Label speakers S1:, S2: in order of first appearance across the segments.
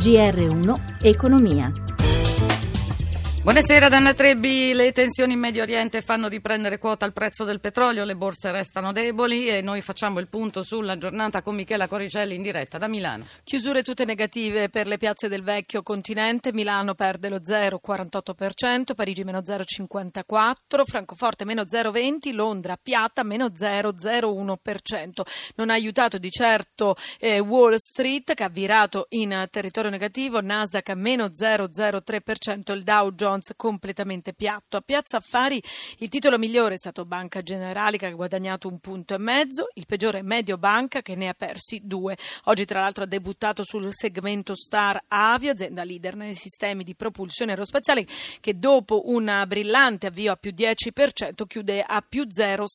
S1: GR1 Economia.
S2: Buonasera Danna Trebbi. Le tensioni in Medio Oriente fanno riprendere quota il prezzo del petrolio, le borse restano deboli e noi facciamo il punto sulla giornata con Michela Coricelli in diretta da Milano.
S3: Chiusure tutte negative per le piazze del vecchio continente. Milano perde lo 0,48%, Parigi meno 0,54%, Francoforte meno 0,20%, Londra piatta meno 0,01%. Non ha aiutato di certo Wall Street, che ha virato in territorio negativo, Nasdaq a meno 0,03%, il Dow Jones completamente piatto. A Piazza Affari il titolo migliore è stato Banca Generali, che ha guadagnato 1,5 punti, il peggiore Mediobanca, che ne ha persi 2. Oggi tra l'altro ha debuttato sul segmento Star Avio, azienda leader nei sistemi di propulsione aerospaziale, che dopo un brillante avvio a più 10% chiude a più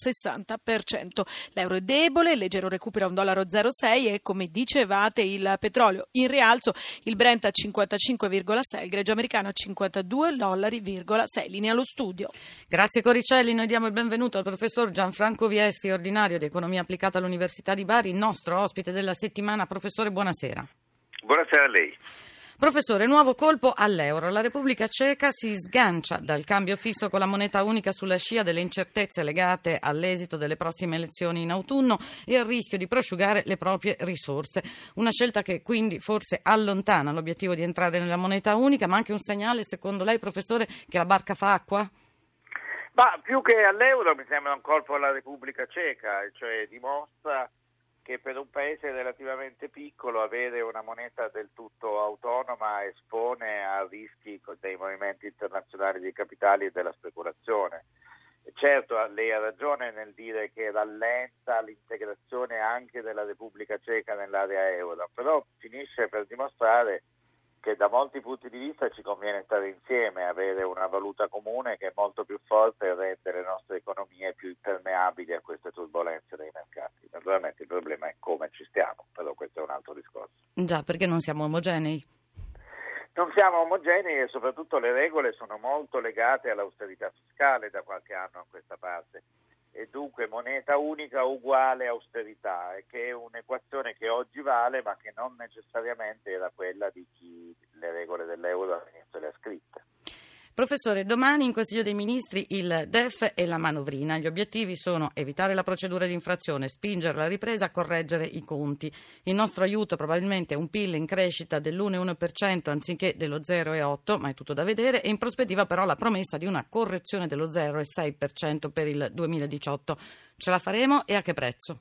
S3: 0,60%. L'euro è debole, leggero recupero a $1,06 e, come dicevate, il petrolio in rialzo, il Brent a 55,6, il greggio americano a 52,6. Linea allo studio.
S2: Grazie Coricelli, noi diamo il benvenuto al professor Gianfranco Viesti, ordinario di Economia Applicata all'Università di Bari, il nostro ospite della settimana. Professore, buonasera.
S4: Buonasera a lei.
S2: Professore, nuovo colpo all'euro. La Repubblica Ceca si sgancia dal cambio fisso con la moneta unica sulla scia delle incertezze legate all'esito delle prossime elezioni in autunno e al rischio di prosciugare le proprie risorse. Una scelta che quindi forse allontana l'obiettivo di entrare nella moneta unica, ma anche un segnale, secondo lei, professore, che la barca fa acqua?
S4: Ma più che all'euro mi sembra un colpo alla Repubblica Ceca, cioè dimostra che per un paese relativamente piccolo avere una moneta del tutto autonoma espone a rischi dei movimenti internazionali dei capitali e della speculazione. Certo, lei ha ragione nel dire che rallenta l'integrazione anche della Repubblica Ceca nell'area euro, però finisce per dimostrare che da molti punti di vista ci conviene stare insieme, avere una valuta comune che è molto più forte e rende le nostre economie più impermeabili a queste turbolenze dei mercati. Naturalmente il problema è come ci stiamo, però questo è un altro discorso.
S2: Già, perché non siamo omogenei?
S4: Non siamo omogenei e soprattutto le regole sono molto legate all'austerità fiscale da qualche anno a questa parte. E dunque moneta unica uguale austerità, che è un'equazione che oggi vale ma che non necessariamente era quella di chi le regole dell'euro all'inizio le ha scritte.
S2: Professore, domani in Consiglio dei Ministri il DEF e la manovrina. Gli obiettivi sono evitare la procedura di infrazione, spingere la ripresa, correggere i conti. Il nostro aiuto probabilmente è un PIL in crescita dell'1,1% anziché dello 0,8%, ma è tutto da vedere, e in prospettiva però la promessa di una correzione dello 0,6% per il 2018. Ce la faremo e a che prezzo?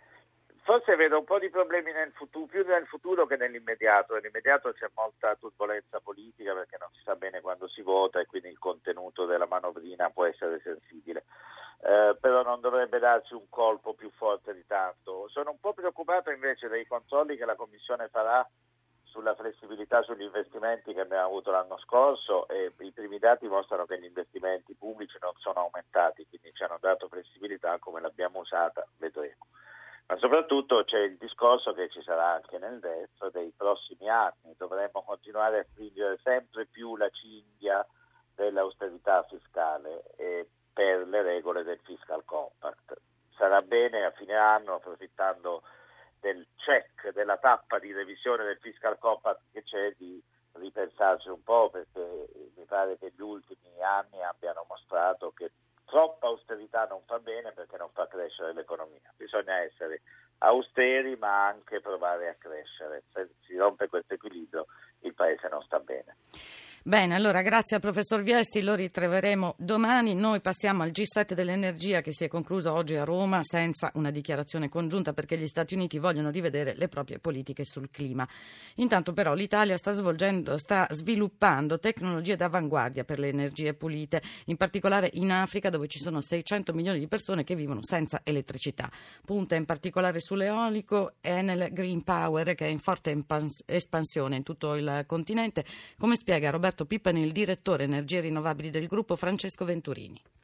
S4: Forse vedo un po' di problemi nel futuro, più nel futuro che nell'immediato. Nell'immediato c'è molta turbolenza politica perché non si sa bene quando si vota e quindi il contenuto della manovrina può essere sensibile. Però non dovrebbe darci un colpo più forte di tanto. Sono un po' preoccupato invece dei controlli che la Commissione farà sulla flessibilità sugli investimenti che abbiamo avuto l'anno scorso, e i primi dati mostrano che gli investimenti pubblici non sono aumentati, quindi ci hanno dato flessibilità. Come l'abbiamo usata vedremo. Ma soprattutto c'è il discorso che ci sarà anche nel DEF dei prossimi anni. Dovremmo continuare a spingere sempre più la cinghia dell'austerità fiscale per le regole del Fiscal Compact. Sarà bene a fine anno, approfittando del check, della tappa di revisione del Fiscal Compact che c'è, di ripensarci un po', perché mi pare che gli ultimi anni abbiano mostrato che troppa austerità non fa bene perché non fa crescere l'economia. Bisogna essere austeri ma anche provare a crescere. Se si rompe questo equilibrio il paese non sta bene.
S2: Bene, allora grazie al professor Viesti, lo ritroveremo domani. Noi passiamo al G7 dell'energia che si è concluso oggi a Roma senza una dichiarazione congiunta perché gli Stati Uniti vogliono rivedere le proprie politiche sul clima. Intanto però l'Italia sta sviluppando tecnologie d'avanguardia per le energie pulite, in particolare in Africa dove ci sono 600 milioni di persone che vivono senza elettricità. Punta in particolare sull'eolico Enel Green Power, che è in forte espansione in tutto il continente, come spiega Roberto Pippani, il direttore energie rinnovabili del gruppo Francesco Venturini.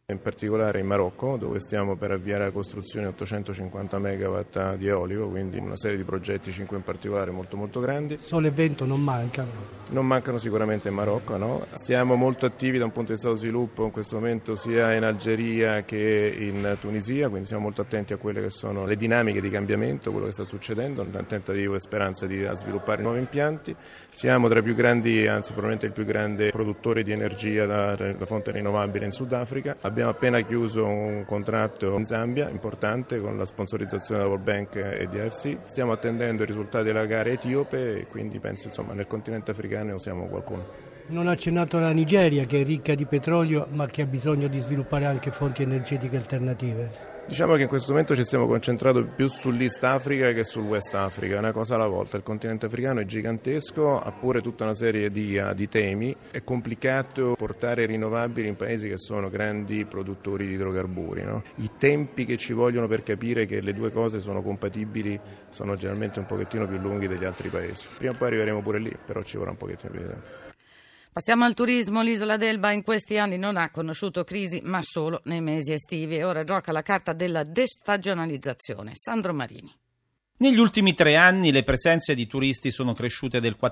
S5: in particolare in Marocco, dove stiamo per avviare la costruzione di 850 megawatt di eolico, quindi una serie di progetti, 5 in particolare, molto molto grandi.
S6: Sole e vento non mancano?
S5: Non mancano sicuramente in Marocco, no? Siamo molto attivi da un punto di vista dello sviluppo in questo momento sia in Algeria che in Tunisia, quindi siamo molto attenti a quelle che sono le dinamiche di cambiamento, quello che sta succedendo, nel tentativo e speranza di sviluppare nuovi impianti. Siamo tra i più grandi, anzi probabilmente il più grande produttore di energia da fonte rinnovabile in Sudafrica. Abbiamo appena chiuso un contratto in Zambia importante con la sponsorizzazione della World Bank e di AFC. Stiamo attendendo i risultati della gara etiope e quindi penso nel continente africano siamo qualcuno.
S6: Non ha accennato alla Nigeria, che è ricca di petrolio ma che ha bisogno di sviluppare anche fonti energetiche alternative.
S5: Diciamo che in questo momento ci stiamo concentrando più sull'East Africa che sul West Africa, una cosa alla volta. Il continente africano è gigantesco, ha pure tutta una serie di temi. È complicato portare rinnovabili in paesi che sono grandi produttori di idrocarburi, no? I tempi che ci vogliono per capire che le due cose sono compatibili sono generalmente un pochettino più lunghi degli altri paesi. Prima o poi arriveremo pure lì, però ci vorrà un pochettino più di tempo.
S2: Passiamo al turismo. L'isola d'Elba in questi anni non ha conosciuto crisi, ma solo nei mesi estivi, e ora gioca la carta della destagionalizzazione. Sandro Marini.
S7: Negli ultimi 3 anni le presenze di turisti sono cresciute del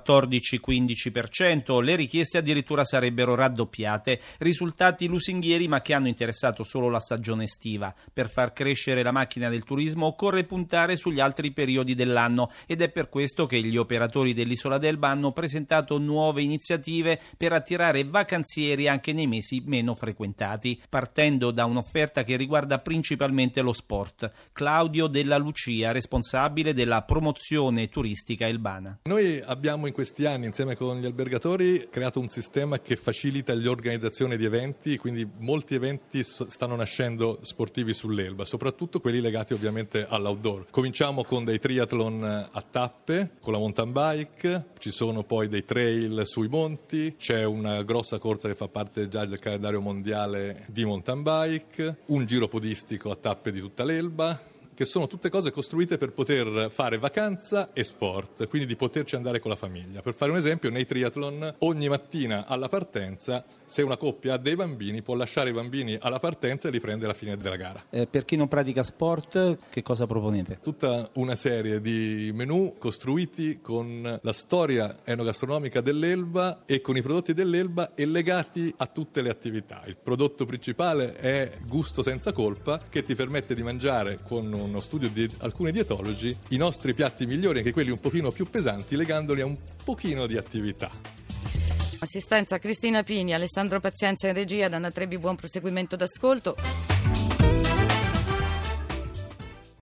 S7: 14-15%, le richieste addirittura sarebbero raddoppiate, risultati lusinghieri ma che hanno interessato solo la stagione estiva. Per far crescere la macchina del turismo occorre puntare sugli altri periodi dell'anno ed è per questo che gli operatori dell'isola d'Elba hanno presentato nuove iniziative per attirare vacanzieri anche nei mesi meno frequentati, partendo da un'offerta che riguarda principalmente lo sport. Claudio Della Lucia, responsabile della promozione turistica elbana.
S8: Noi abbiamo in questi anni, insieme con gli albergatori, creato un sistema che facilita l'organizzazione di eventi, quindi molti eventi stanno nascendo sportivi sull'Elba, soprattutto quelli legati ovviamente all'outdoor. Cominciamo con dei triathlon a tappe, con la mountain bike, ci sono poi dei trail sui monti, c'è una grossa corsa che fa parte già del calendario mondiale di mountain bike, un giro podistico a tappe di tutta l'Elba, che sono tutte cose costruite per poter fare vacanza e sport, quindi di poterci andare con la famiglia. Per fare un esempio, nei triathlon ogni mattina alla partenza, se una coppia ha dei bambini, può lasciare i bambini alla partenza e li prende alla fine della gara.
S7: Per chi non pratica sport, che cosa proponete?
S8: Tutta una serie di menù costruiti con la storia enogastronomica dell'Elba e con i prodotti dell'Elba e legati a tutte le attività. Il prodotto principale è Gusto senza colpa, che ti permette di mangiare con uno studio di alcuni dietologi i nostri piatti migliori, anche quelli un pochino più pesanti, legandoli a un pochino di attività.
S2: Assistenza Cristina Pini, Alessandro Pazienza in regia, Danna Trebbi, buon proseguimento d'ascolto.